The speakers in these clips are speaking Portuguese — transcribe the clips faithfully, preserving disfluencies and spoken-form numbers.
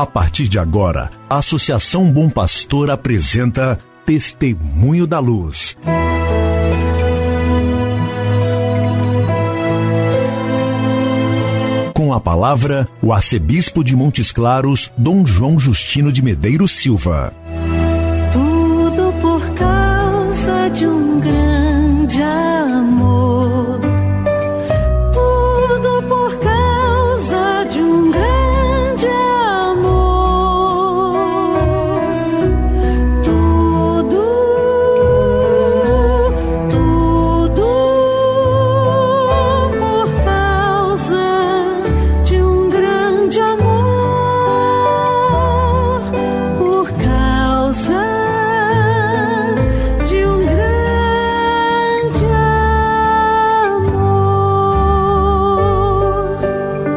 A partir de agora, a Associação Bom Pastor apresenta Testemunho da Luz. Com a palavra, o arcebispo de Montes Claros, Dom João Justino de Medeiros Silva. Tudo por causa de um grande amor. Tudo por causa de um grande amor. Tudo, tudo por causa de um grande amor. Por causa de um grande amor.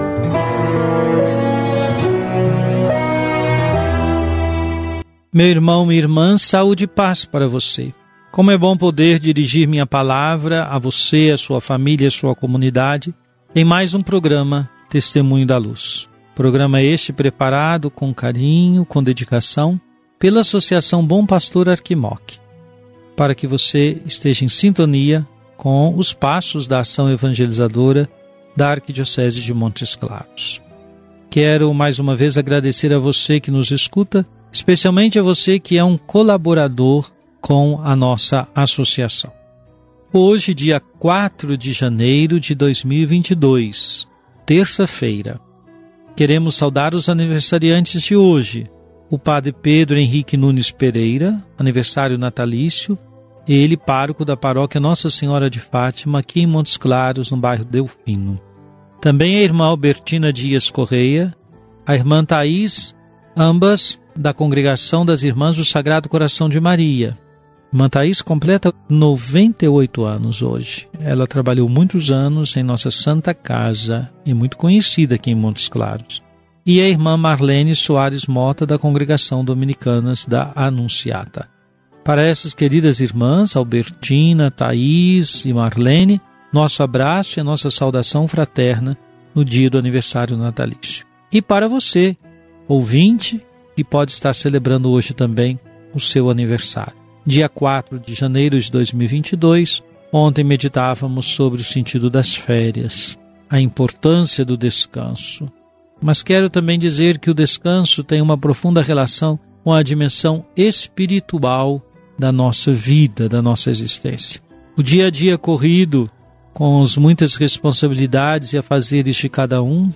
Meu irmão, minha irmã, saúde e paz para você. Como é bom poder dirigir minha palavra a você, a sua família, a sua comunidade, em mais um programa Testemunho da Luz. Programa este preparado com carinho, com dedicação, pela Associação Bom Pastor Arquimoc, para que você esteja em sintonia com os passos da ação evangelizadora da Arquidiocese de Montes Claros. Quero mais uma vez agradecer a você que nos escuta, especialmente a você que é um colaborador com a nossa associação. Hoje, dia quatro de janeiro de dois mil e vinte e dois, terça-feira, queremos saudar os aniversariantes de hoje. O padre Pedro Henrique Nunes Pereira, aniversário natalício, ele pároco da paróquia Nossa Senhora de Fátima, aqui em Montes Claros, no bairro Delfino. Também a irmã Albertina Dias Correia, a irmã Thaís, ambas da Congregação das Irmãs do Sagrado Coração de Maria. Irmã Thaís completa noventa e oito anos hoje. Ela trabalhou muitos anos em nossa Santa Casa e muito conhecida aqui em Montes Claros. E a irmã Marlene Soares Mota, da Congregação Dominicanas da Anunciata. Para essas queridas irmãs, Albertina, Thaís e Marlene, nosso abraço e a nossa saudação fraterna no dia do aniversário natalício. E para você, ouvinte, que pode estar celebrando hoje também o seu aniversário. Dia quatro de janeiro de dois mil e vinte e dois, ontem meditávamos sobre o sentido das férias, a importância do descanso. Mas quero também dizer que o descanso tem uma profunda relação com a dimensão espiritual da nossa vida, da nossa existência. O dia a dia corrido, com as muitas responsabilidades e afazeres de cada um,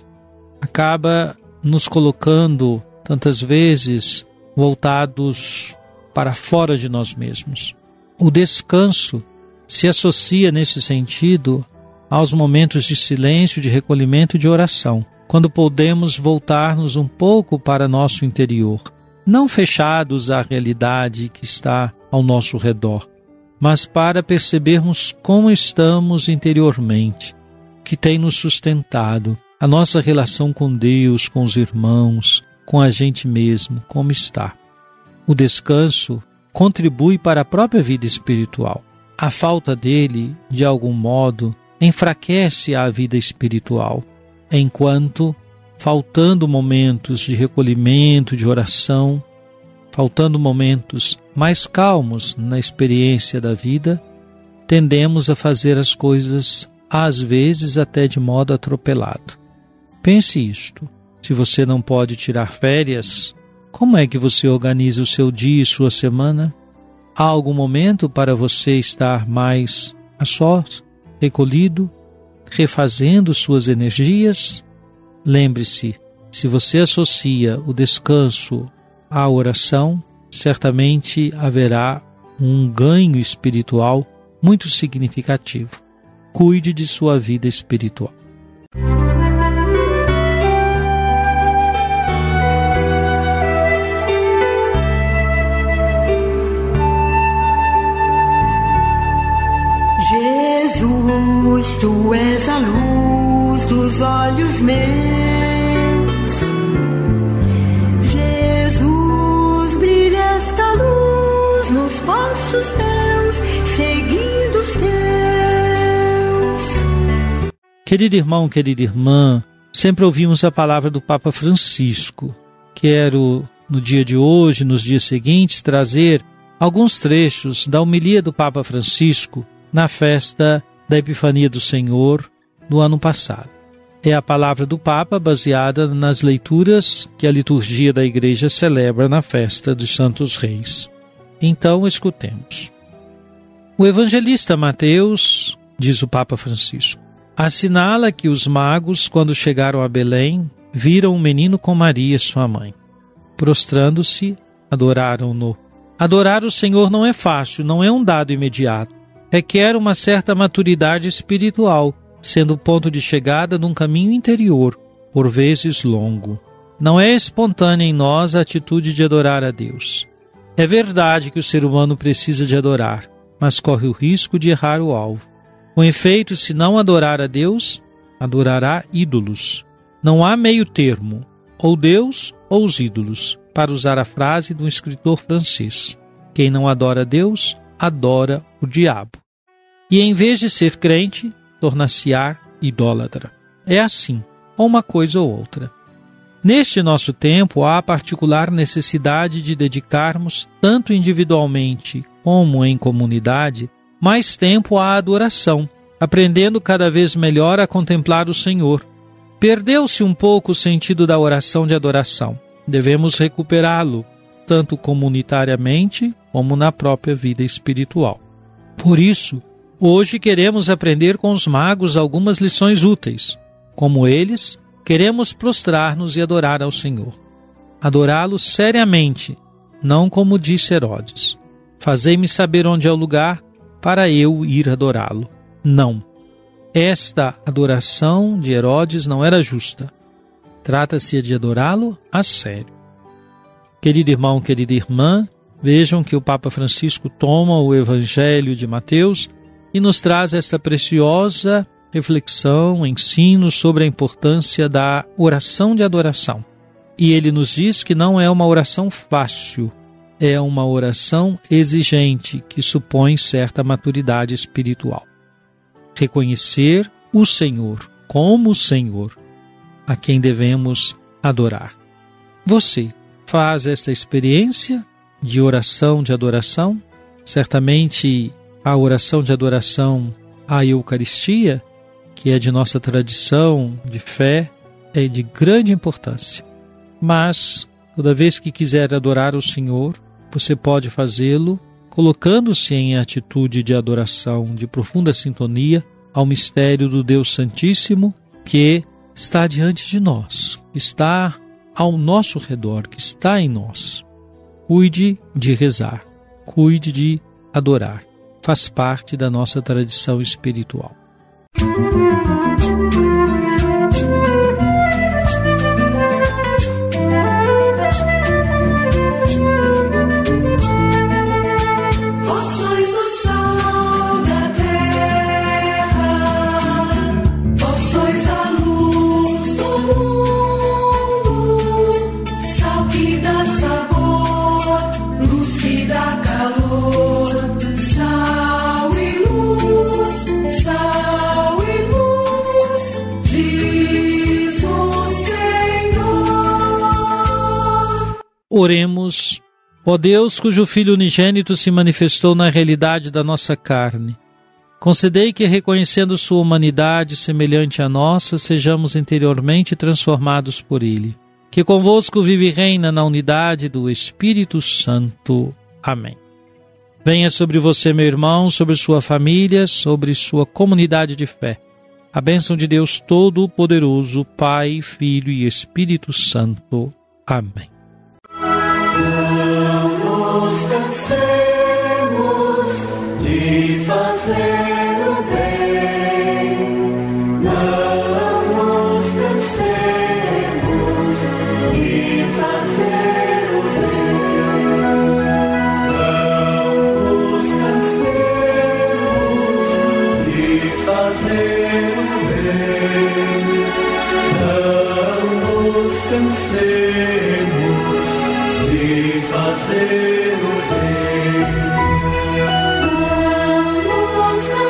acaba nos colocando tantas vezes voltados para fora de nós mesmos. O descanso se associa nesse sentido aos momentos de silêncio, de recolhimento e de oração, quando podemos voltar-nos um pouco para nosso interior, não fechados à realidade que está ao nosso redor, mas para percebermos como estamos interiormente, que tem nos sustentado, a nossa relação com Deus, com os irmãos, com a gente mesmo, como está. O descanso contribui para a própria vida espiritual. A falta dele, de algum modo, enfraquece a vida espiritual, enquanto, faltando momentos de recolhimento, de oração, faltando momentos mais calmos na experiência da vida, tendemos a fazer as coisas, às vezes até de modo atropelado. Pense isto. Se você não pode tirar férias, como é que você organiza o seu dia e sua semana? Há algum momento para você estar mais a sós, recolhido, refazendo suas energias? Lembre-se, se você associa o descanso à oração, certamente haverá um ganho espiritual muito significativo. Cuide de sua vida espiritual. Jesus, tu és a luz dos olhos meus. Jesus, brilha esta luz nos passos teus, seguindo os teus. Querido irmão, querida irmã, sempre ouvimos a palavra do Papa Francisco. quero, no dia de hoje, nos dias seguintes, trazer alguns trechos da homilia do Papa Francisco na festa da Epifania do Senhor do ano passado. É a palavra do Papa baseada nas leituras que a liturgia da Igreja celebra na festa dos Santos Reis. Então, escutemos. O evangelista Mateus, diz o Papa Francisco, assinala que os magos, quando chegaram a Belém, viram um menino com Maria, sua mãe. Prostrando-se, adoraram-no. Adorar o Senhor não é fácil, não é um dado imediato. Requer uma certa maturidade espiritual, sendo o ponto de chegada de um caminho interior, por vezes longo. Não é espontânea em nós a atitude de adorar a Deus. É verdade que o ser humano precisa de adorar, mas corre o risco de errar o alvo. Com efeito, se não adorar a Deus, adorará ídolos. Não há meio termo, ou Deus ou os ídolos, para usar a frase de um escritor francês. Quem não adora a Deus, adora o diabo. E em vez de ser crente, tornar-se-á idólatra. É assim, ou uma coisa ou outra. Neste nosso tempo, há a particular necessidade de dedicarmos, tanto individualmente como em comunidade, mais tempo à adoração, aprendendo cada vez melhor a contemplar o Senhor. Perdeu-se um pouco o sentido da oração de adoração. Devemos recuperá-lo, tanto comunitariamente como na própria vida espiritual. Por isso, hoje queremos aprender com os magos algumas lições úteis. Como eles, queremos prostrar-nos e adorar ao Senhor. Adorá-lo seriamente, não como disse Herodes. Fazei-me saber onde é o lugar para eu ir adorá-lo. Não. Esta adoração de Herodes não era justa. Trata-se de adorá-lo a sério. Querido irmão, querida irmã, vejam que o Papa Francisco toma o Evangelho de Mateus e nos traz esta preciosa reflexão, ensino sobre a importância da oração de adoração. E ele nos diz que não é uma oração fácil, é uma oração exigente, que supõe certa maturidade espiritual. Reconhecer o Senhor como o Senhor, a quem devemos adorar. Você faz esta experiência de oração de adoração? Certamente a oração de adoração à Eucaristia, que é de nossa tradição de fé, é de grande importância. Mas, toda vez que quiser adorar o Senhor, você pode fazê-lo colocando-se em atitude de adoração, de profunda sintonia ao mistério do Deus Santíssimo, que está diante de nós, que está ao nosso redor, que está em nós. Cuide de rezar, cuide de adorar. Faz parte da nossa tradição espiritual. Oremos. Ó Deus, cujo Filho unigênito se manifestou na realidade da nossa carne, concedei que, reconhecendo sua humanidade semelhante à nossa, sejamos interiormente transformados por ele, que convosco vive e reina na unidade do Espírito Santo. Amém. Venha sobre você, meu irmão, sobre sua família, sobre sua comunidade de fé, a bênção de Deus Todo-Poderoso, Pai, Filho e Espírito Santo. Amém. Não nos cansemos de fazer o bem, não nos cansemos de fazer o bem, não nos cansemos de fazer o bem, não nos cansemos de fazer o bem. Vamos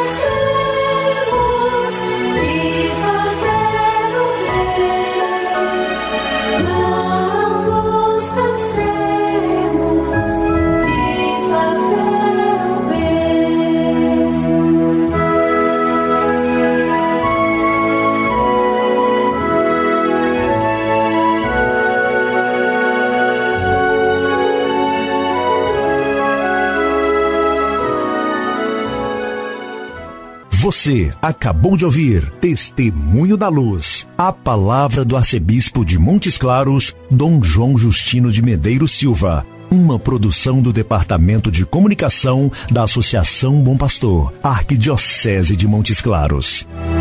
Você acabou de ouvir Testemunho da Luz, a palavra do arcebispo de Montes Claros, Dom João Justino de Medeiros Silva. Uma produção do Departamento de Comunicação da Associação Bom Pastor, Arquidiocese de Montes Claros.